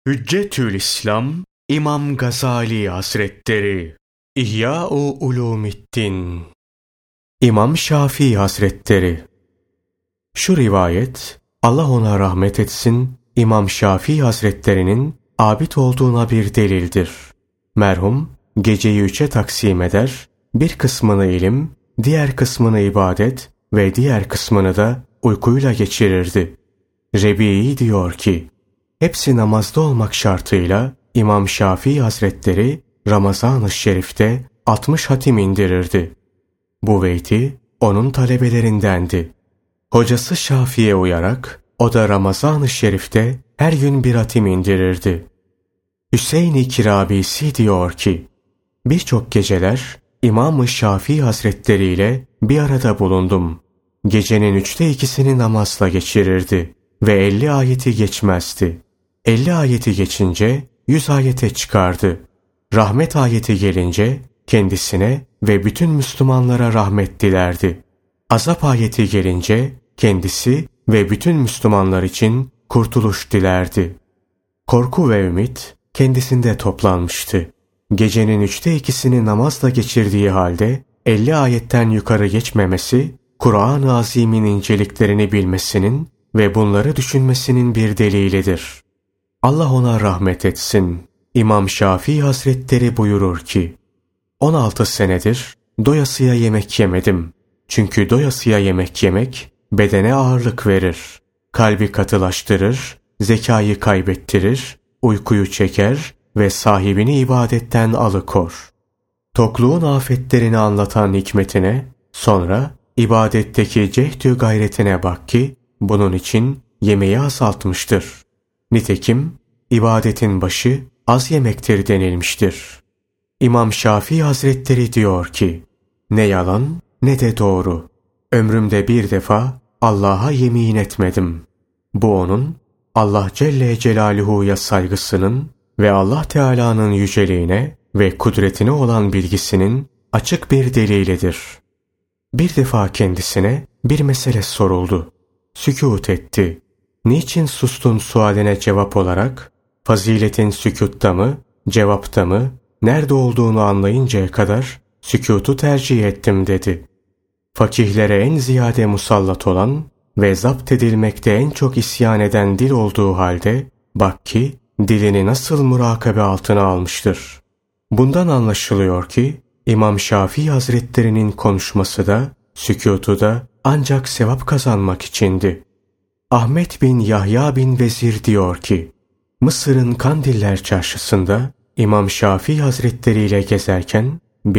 Hüccetül İslam İmam Gazali Hazretleri İhya-u Ulumiddin İmam Şafii Hazretleri. Şu rivayet, Allah ona rahmet etsin, İmam Şafii Hazretlerinin abid olduğuna bir delildir. Merhum geceyi 3'e taksim eder, bir kısmını ilim, diğer kısmını ibadet ve diğer kısmını da uykuyla geçirirdi. Rebi'i diyor ki, hepsi namazda olmak şartıyla İmam Şafii Hazretleri Ramazan-ı Şerif'te 60 hatim indirirdi. Bu beyti onun talebelerindendi. Hocası Şafii'ye uyarak o da Ramazan-ı Şerif'te her gün bir hatim indirirdi. Hüseyin-i Kirabisi diyor ki, birçok geceler İmam-ı Şafii Hazretleri ile bir arada bulundum. Gecenin 3'te 2'sini namazla geçirirdi ve 50 ayeti geçmezdi. 50 ayeti geçince 100 ayete çıkardı. Rahmet ayeti gelince kendisine ve bütün Müslümanlara rahmet dilerdi. Azap ayeti gelince kendisi ve bütün Müslümanlar için kurtuluş dilerdi. Korku ve ümit kendisinde toplanmıştı. Gecenin 3'te 2'sini namazla geçirdiği halde 50 ayetten yukarı geçmemesi, Kur'an-ı Azim'in inceliklerini bilmesinin ve bunları düşünmesinin bir delilidir. Allah ona rahmet etsin. İmam Şafii Hazretleri buyurur ki, 16 senedir doyasıya yemek yemedim. Çünkü doyasıya yemek yemek bedene ağırlık verir. Kalbi katılaştırır, zekayı kaybettirir, uykuyu çeker ve sahibini ibadetten alıkor. Tokluğun afetlerini anlatan hikmetine, sonra ibadetteki cehdü gayretine bak ki, bunun için yemeği azaltmıştır. Nitekim ibadetin başı az yemektir denilmiştir. İmam Şafii Hazretleri diyor ki, ne yalan ne de doğru. Ömrümde bir defa Allah'a yemin etmedim. Bu onun Allah Celle Celaluhu'ya saygısının ve Allah Teala'nın yüceliğine ve kudretine olan bilgisinin açık bir delilidir. Bir defa kendisine bir mesele soruldu. Sükût etti. Niçin sustun sualine cevap olarak, faziletin sükûtta mı, cevapta mı, nerede olduğunu anlayıncaya kadar sükûtu tercih ettim dedi. Fakihlere en ziyade musallat olan ve zapt edilmekte en çok isyan eden dil olduğu halde, bak ki dilini nasıl murakabe altına almıştır. Bundan anlaşılıyor ki, İmam Şafii Hazretlerinin konuşması da, sükûtu da ancak sevap kazanmak içindi. Ahmet bin Yahya bin Vezir diyor ki, Mısır'ın Kandiller Çarşısı'nda İmam Şafii Hazretleri ile gezerken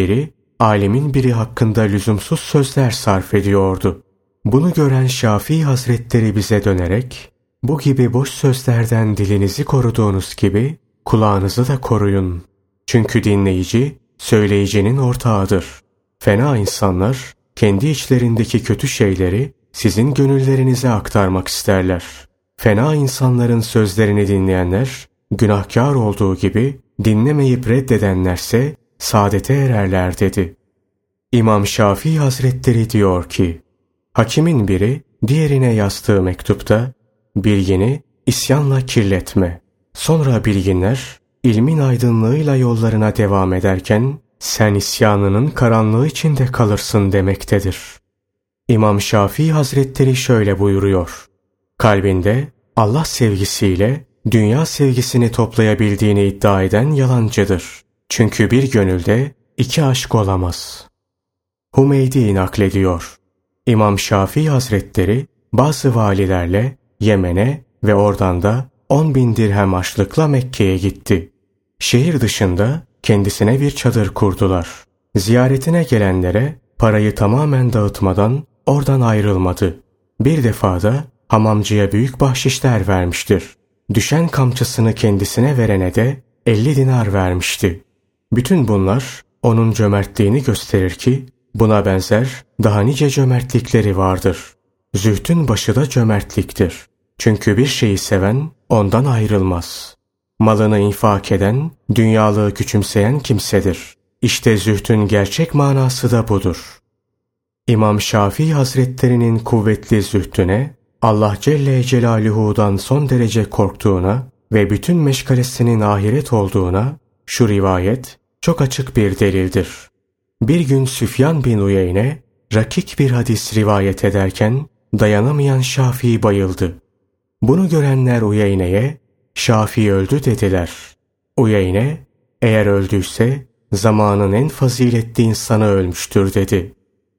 alimin biri hakkında lüzumsuz sözler sarf ediyordu. Bunu gören Şafii Hazretleri bize dönerek, bu gibi boş sözlerden dilinizi koruduğunuz gibi kulağınızı da koruyun. Çünkü dinleyici, söyleyicinin ortağıdır. Fena insanlar, kendi içlerindeki kötü şeyleri sizin gönüllerinize aktarmak isterler. Fena insanların sözlerini dinleyenler, günahkar olduğu gibi dinlemeyip reddedenlerse saadete ererler dedi. İmam Şafii Hazretleri diyor ki, hakimin biri diğerine yazdığı mektupta, bilgini isyanla kirletme. Sonra bilginler, ilmin aydınlığıyla yollarına devam ederken, sen isyanının karanlığı içinde kalırsın demektedir. İmam Şafii Hazretleri şöyle buyuruyor, kalbinde Allah sevgisiyle dünya sevgisini toplayabildiğini iddia eden yalancıdır. Çünkü bir gönülde iki aşk olamaz. Hümeydi naklediyor. İmam Şafii Hazretleri bazı valilerle Yemen'e ve oradan da 10.000 dirhem harçlıkla Mekke'ye gitti. Şehir dışında kendisine bir çadır kurdular. Ziyaretine gelenlere parayı tamamen dağıtmadan oradan ayrılmadı. Bir defada hamamcıya büyük bahşişler vermiştir. Düşen kamçısını kendisine verene de 50 dinar vermişti. Bütün bunlar onun cömertliğini gösterir ki buna benzer daha nice cömertlikleri vardır. Zühdün başı da cömertliktir. Çünkü bir şeyi seven ondan ayrılmaz. Malını infak eden, dünyalığı küçümseyen kimsedir. İşte zühdün gerçek manası da budur. İmam Şafii Hazretlerinin kuvvetli zühdüne, Allah Celle Celaluhu'dan son derece korktuğuna ve bütün meşgalesinin ahiret olduğuna şu rivayet çok açık bir delildir. Bir gün Süfyan bin Uyeyne rakik bir hadis rivayet ederken dayanamayan Şafii bayıldı. Bunu görenler Uyeyne'ye Şafii öldü dediler. Uyeyne eğer öldüyse zamanın en faziletli insanı ölmüştür dedi.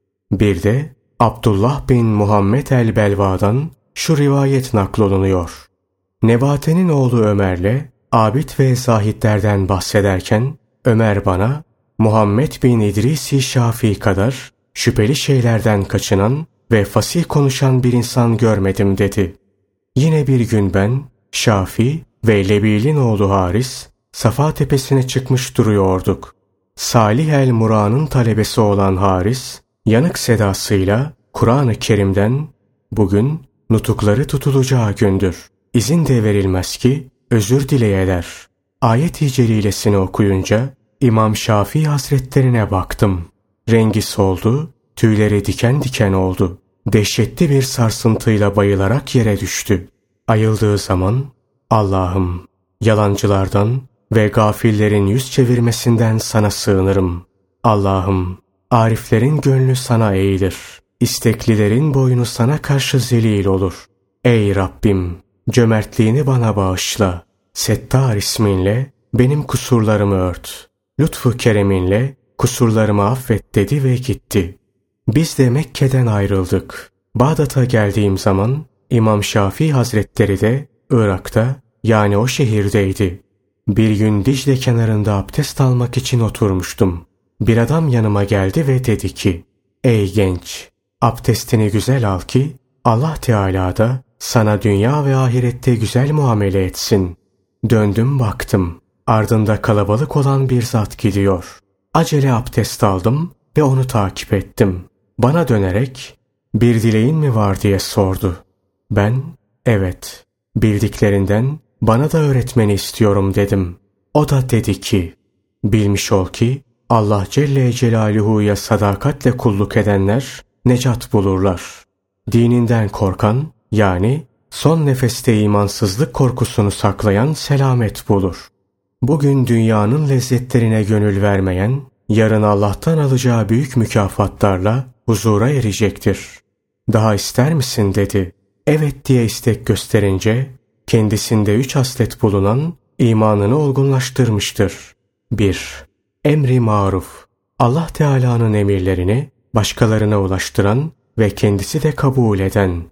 Bir de Abdullah bin Muhammed el-Belva'dan şu rivayet naklolunuyor. Nebate'nin oğlu Ömer'le abid ve zahitlerden bahsederken Ömer bana Muhammed bin İdris-i Şafii kadar şüpheli şeylerden kaçınan ve fasih konuşan bir insan görmedim dedi. Yine bir gün ben Şafii ve Lebil'in oğlu Haris Safa tepesine çıkmış duruyorduk. Salih el-Mura'nın talebesi olan Haris yanık sedasıyla Kur'an-ı Kerim'den bugün nutukları tutulacağı gündür. İzin de verilmez ki özür dileyeler. Ayet-i celilesini okuyunca İmam Şafii Hazretlerine baktım. Rengi soldu, tüyleri diken diken oldu. Dehşetli bir sarsıntıyla bayılarak yere düştü. Ayıldığı zaman Allah'ım yalancılardan ve gafillerin yüz çevirmesinden sana sığınırım. Allah'ım ariflerin gönlü sana eğilir. İsteklilerin boynu sana karşı zelil olur. Ey Rabbim cömertliğini bana bağışla. Settar isminle benim kusurlarımı ört. Lütfu kereminle kusurlarımı affet dedi ve gitti. Biz de Mekke'den ayrıldık. Bağdat'a geldiğim zaman İmam Şafii Hazretleri de Irak'ta yani o şehirdeydi. Bir gün Dicle kenarında abdest almak için oturmuştum. Bir adam yanıma geldi ve dedi ki, ey genç, abdestini güzel al ki Allah Teala da sana dünya ve ahirette güzel muamele etsin. Döndüm baktım. Ardında kalabalık olan bir zat gidiyor. Acele abdest aldım ve onu takip ettim. Bana dönerek bir dileğin mi var diye sordu. Ben evet bildiklerinden bana da öğretmeni istiyorum dedim. O da dedi ki bilmiş ol ki Allah Celle Celaluhu'ya sadakatle kulluk edenler necat bulurlar. Dininden korkan yani son nefeste imansızlık korkusunu saklayan selamet bulur. Bugün dünyanın lezzetlerine gönül vermeyen, yarın Allah'tan alacağı büyük mükafatlarla huzura erecektir. Daha ister misin dedi. Evet diye istek gösterince, kendisinde 3 haslet bulunan imanını olgunlaştırmıştır. 1. Emri maruf. Allah Teala'nın emirlerini başkalarına ulaştıran ve kendisi de kabul eden.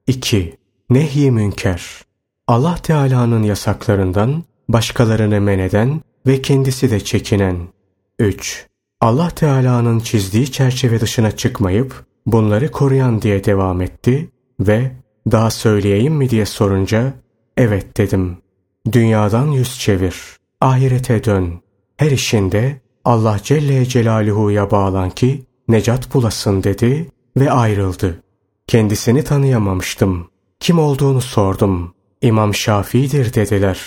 2. Nehy-i münker. Allah Teala'nın yasaklarından başkalarını men eden ve kendisi de çekinen. 3. Allah Teala'nın çizdiği çerçeve dışına çıkmayıp bunları koruyan diye devam etti ve daha söyleyeyim mi diye sorunca evet dedim. Dünyadan yüz çevir, ahirete dön. Her işinde Allah Celle Celaluhu'ya bağlan ki necat bulasın dedi ve ayrıldı. Kendisini tanıyamamıştım. Kim olduğunu sordum. İmam Şafii'dir dediler.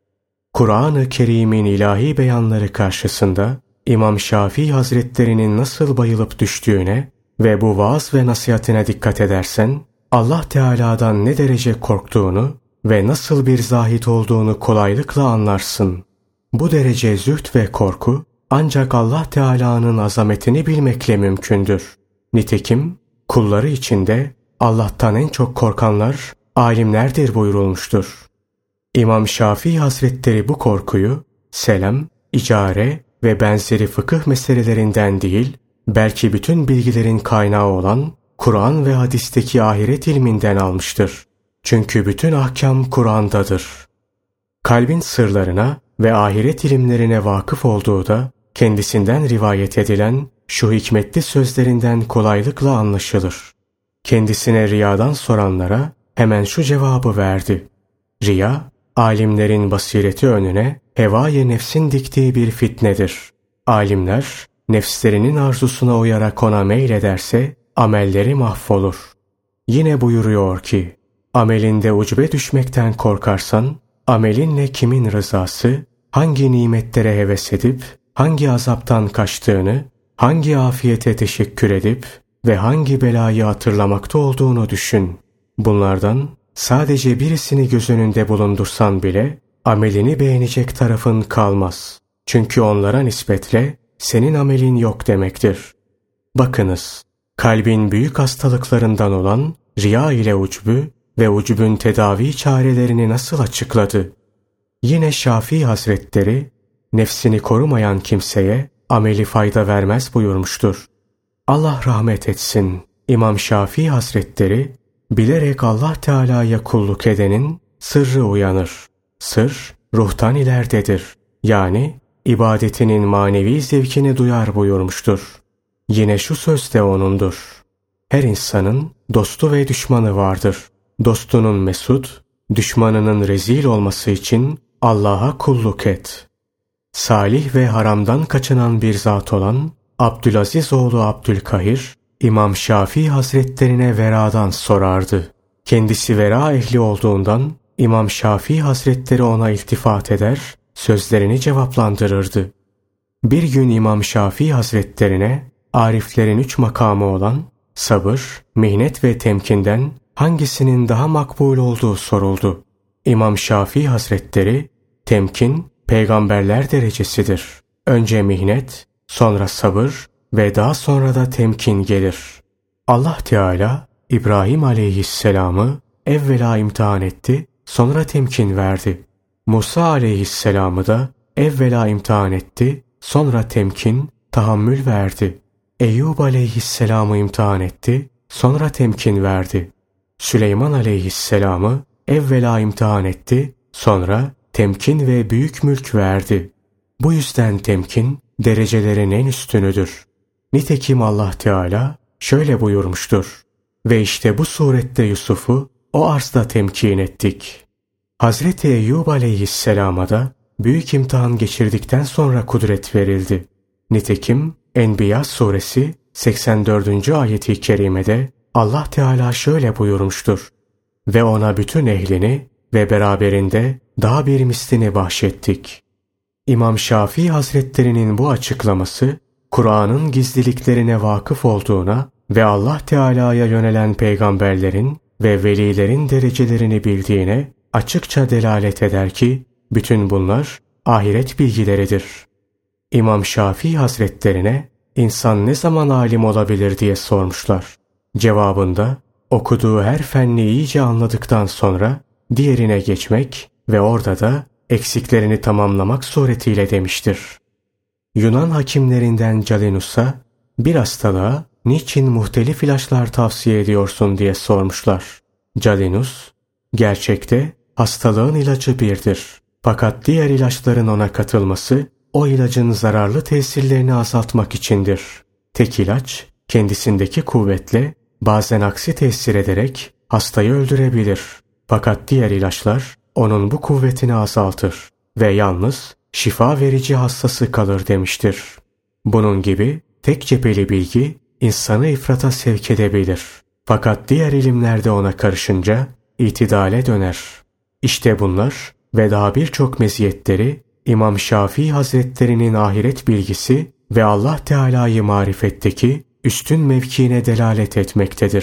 Kur'an-ı Kerim'in ilahi beyanları karşısında İmam Şafii Hazretlerinin nasıl bayılıp düştüğüne ve bu vaaz ve nasihatine dikkat edersen Allah Teala'dan ne derece korktuğunu ve nasıl bir zahit olduğunu kolaylıkla anlarsın. Bu derece zühd ve korku ancak Allah Teala'nın azametini bilmekle mümkündür. Nitekim kulları içinde Allah'tan en çok korkanlar alimlerdir buyurulmuştur. İmam Şafii Hazretleri bu korkuyu selam, icare ve benzeri fıkıh meselelerinden değil, belki bütün bilgilerin kaynağı olan Kur'an ve hadisteki ahiret ilminden almıştır. Çünkü bütün ahkam Kur'an'dadır. Kalbin sırlarına ve ahiret ilimlerine vakıf olduğu da kendisinden rivayet edilen şu hikmetli sözlerinden kolaylıkla anlaşılır. Kendisine riyadan soranlara hemen şu cevabı verdi. Riya, alimlerin basireti önüne heva-i nefsin diktiği bir fitnedir. Alimler, nefslerinin arzusuna uyarak ona meylederse, amelleri mahvolur. Yine buyuruyor ki, amelinde ucbe düşmekten korkarsan, amelinle kimin rızası, hangi nimetlere heves edip, hangi azaptan kaçtığını, hangi afiyete teşekkür edip ve hangi belayı hatırlamakta olduğunu düşün. Bunlardan sadece birisini göz önünde bulundursan bile, amelini beğenecek tarafın kalmaz. Çünkü onlara nispetle senin amelin yok demektir. Bakınız, kalbin büyük hastalıklarından olan riya ile ucbü ve ucbün tedavi çarelerini nasıl açıkladı? Yine Şafii Hazretleri, nefsini korumayan kimseye ameli fayda vermez buyurmuştur. Allah rahmet etsin. İmam Şafii Hazretleri, bilerek Allah Teala'ya kulluk edenin sırrı uyanır. Sır, ruhtan ileridedir. Yani ibadetinin manevi zevkini duyar buyurmuştur. Yine şu söz de onundur. Her insanın dostu ve düşmanı vardır. Dostunun mesut, düşmanının rezil olması için Allah'a kulluk et. Salih ve haramdan kaçınan bir zat olan Abdülaziz oğlu Abdülkahir, İmam Şafii Hazretlerine veradan sorardı. Kendisi vera ehli olduğundan İmam Şafii Hazretleri ona iltifat eder, sözlerini cevaplandırırdı. Bir gün İmam Şafii Hazretlerine ariflerin 3 makamı olan sabır, mihnet ve temkinden hangisinin daha makbul olduğu soruldu. İmam Şafii Hazretleri, temkin peygamberler derecesidir. Önce mihnet, sonra sabır ve daha sonra da temkin gelir. Allah Teala İbrahim aleyhisselamı evvela imtihan etti, sonra temkin verdi. Musa aleyhisselamı da evvela imtihan etti, sonra temkin, tahammül verdi. Eyyub aleyhisselamı imtihan etti, sonra temkin verdi. Süleyman aleyhisselamı evvela imtihan etti, sonra temkin ve büyük mülk verdi. Bu yüzden temkin derecelerin en üstünüdür. Nitekim Allah Teala şöyle buyurmuştur. Ve işte bu surette Yusuf'u o arzda temkin ettik. Hazreti Eyyub aleyhisselama da büyük imtihan geçirdikten sonra kudret verildi. Nitekim Enbiya suresi 84. ayeti kerimede Allah Teala şöyle buyurmuştur. Ve ona bütün ehlini ve beraberinde daha bir mislini bahşettik. İmam Şafii Hazretlerinin bu açıklaması, Kur'an'ın gizliliklerine vakıf olduğuna ve Allah Teala'ya yönelen peygamberlerin ve velilerin derecelerini bildiğine açıkça delalet eder ki, bütün bunlar ahiret bilgileridir. İmam Şafii Hazretlerine, insan ne zaman alim olabilir diye sormuşlar. Cevabında, okuduğu her fenni iyice anladıktan sonra diğerine geçmek ve orada da eksiklerini tamamlamak suretiyle demiştir. Yunan hakimlerinden Calenus'a bir hastalığa niçin muhtelif ilaçlar tavsiye ediyorsun diye sormuşlar. Calenus, gerçekte hastalığın ilacı birdir. Fakat diğer ilaçların ona katılması o ilacın zararlı tesirlerini azaltmak içindir. Tek ilaç kendisindeki kuvvetle bazen aksi tesir ederek hastayı öldürebilir. Fakat diğer ilaçlar onun bu kuvvetini azaltır ve yalnız şifa verici hastası kalır demiştir. Bunun gibi tek cepheli bilgi insanı ifrata sevk edebilir. Fakat diğer ilimlerde ona karışınca itidale döner. İşte bunlar ve daha birçok meziyetleri İmam Şafii Hazretlerinin ahiret bilgisi ve Allah Teala'yı marifetteki üstün mevkiine delalet etmektedir.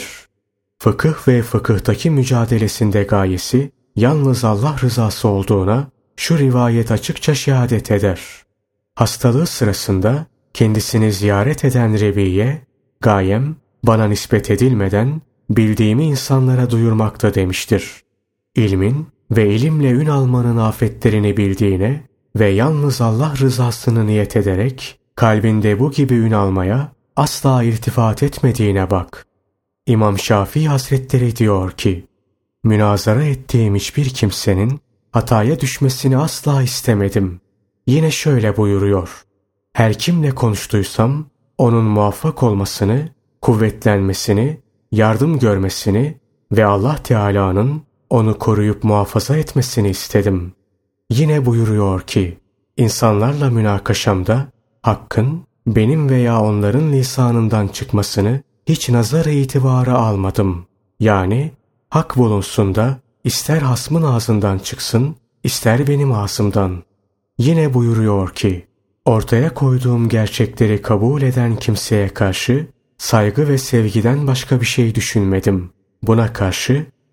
Fıkıh ve fıkıhtaki mücadelesinde gayesi yalnız Allah rızası olduğuna şu rivayet açıkça şehadet eder. Hastalığı sırasında kendisini ziyaret eden Rebiye, gayem bana nispet edilmeden bildiğimi insanlara duyurmakta demiştir. İlmin ve ilimle ün almanın afetlerini bildiğine ve yalnız Allah rızasını niyet ederek kalbinde bu gibi ün almaya asla irtifat etmediğine bak. İmam Şafii Hazretleri diyor ki, münazara ettiğim hiçbir kimsenin hataya düşmesini asla istemedim. Yine şöyle buyuruyor, her kimle konuştuysam onun muvaffak olmasını, kuvvetlenmesini, yardım görmesini ve Allah Teala'nın onu koruyup muhafaza etmesini istedim. Yine buyuruyor ki, insanlarla münakaşamda hakkın benim veya onların lisanından çıkmasını hiç nazar-ı itibara almadım. Yani hak bulunsun da ister hasmın ağzından çıksın, ister benim ağzımdan. Yine buyuruyor ki, ortaya koyduğum gerçekleri kabul eden kimseye karşı saygı ve sevgiden başka bir şey düşünmedim. Buna karşı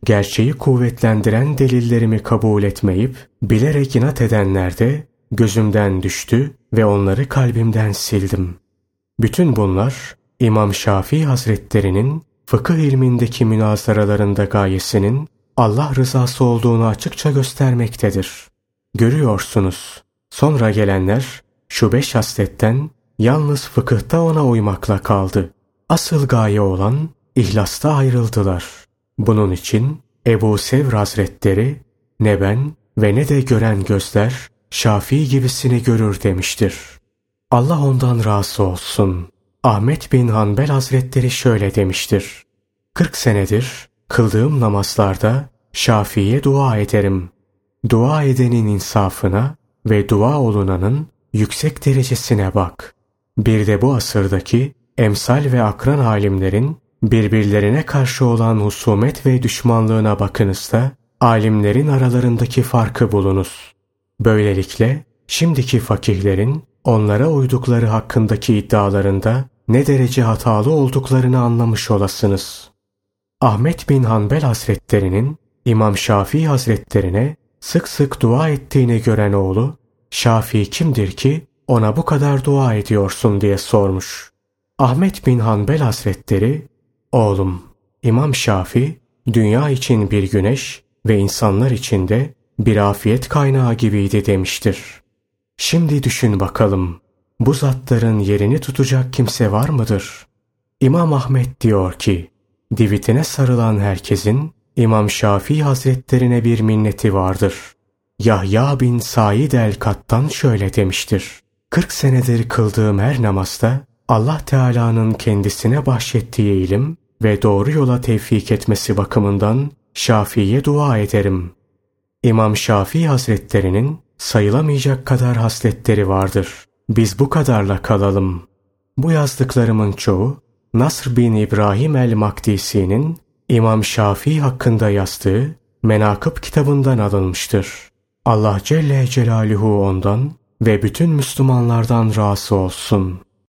gerçeği kuvvetlendiren delillerimi kabul etmeyip bilerek inat edenler de gözümden düştü ve onları kalbimden sildim. Bütün bunlar İmam Şafii Hazretlerinin fıkıh ilmindeki münazaralarında gayesinin Allah rızası olduğunu açıkça göstermektedir. Görüyorsunuz, sonra gelenler şu 5 hasletten yalnız fıkıhta ona uymakla kaldı. Asıl gaye olan İhlasta ayrıldılar. Bunun için Ebu Sevr Hazretleri ne ben ve ne de gören gözler Şafii gibisini görür demiştir. Allah ondan razı olsun. Ahmet bin Hanbel Hazretleri şöyle demiştir. 40 senedir kıldığım namazlarda Şafii'ye dua ederim. Dua edenin insafına ve dua olunanın yüksek derecesine bak. Bir de bu asırdaki emsal ve akran alimlerin birbirlerine karşı olan husumet ve düşmanlığına bakınız da alimlerin aralarındaki farkı bulunuz. Böylelikle şimdiki fakihlerin onlara uydukları hakkındaki iddialarında ne derece hatalı olduklarını anlamış olasınız. Ahmet bin Hanbel Hazretlerinin İmam Şafii Hazretlerine sık sık dua ettiğini gören oğlu, Şafii kimdir ki ona bu kadar dua ediyorsun diye sormuş. Ahmet bin Hanbel Hazretleri, oğlum, İmam Şafii dünya için bir güneş ve insanlar için de bir afiyet kaynağı gibiydi demiştir. Şimdi düşün bakalım, bu zatların yerini tutacak kimse var mıdır? İmam Ahmet diyor ki, divitine sarılan herkesin İmam Şafii Hazretlerine bir minneti vardır. Yahya bin Said el-Kattan şöyle demiştir. 40 senedir kıldığım her namazda Allah Teala'nın kendisine bahşettiği ilim ve doğru yola tevfik etmesi bakımından Şafii'ye dua ederim. İmam Şafii Hazretlerinin sayılamayacak kadar hasletleri vardır. Biz bu kadarla kalalım. Bu yazdıklarımın çoğu Nasr bin İbrahim el-Makdisi'nin İmam Şafii hakkında yazdığı Menakıb kitabından alınmıştır. Allah Celle Celaluhu ondan ve bütün Müslümanlardan razı olsun.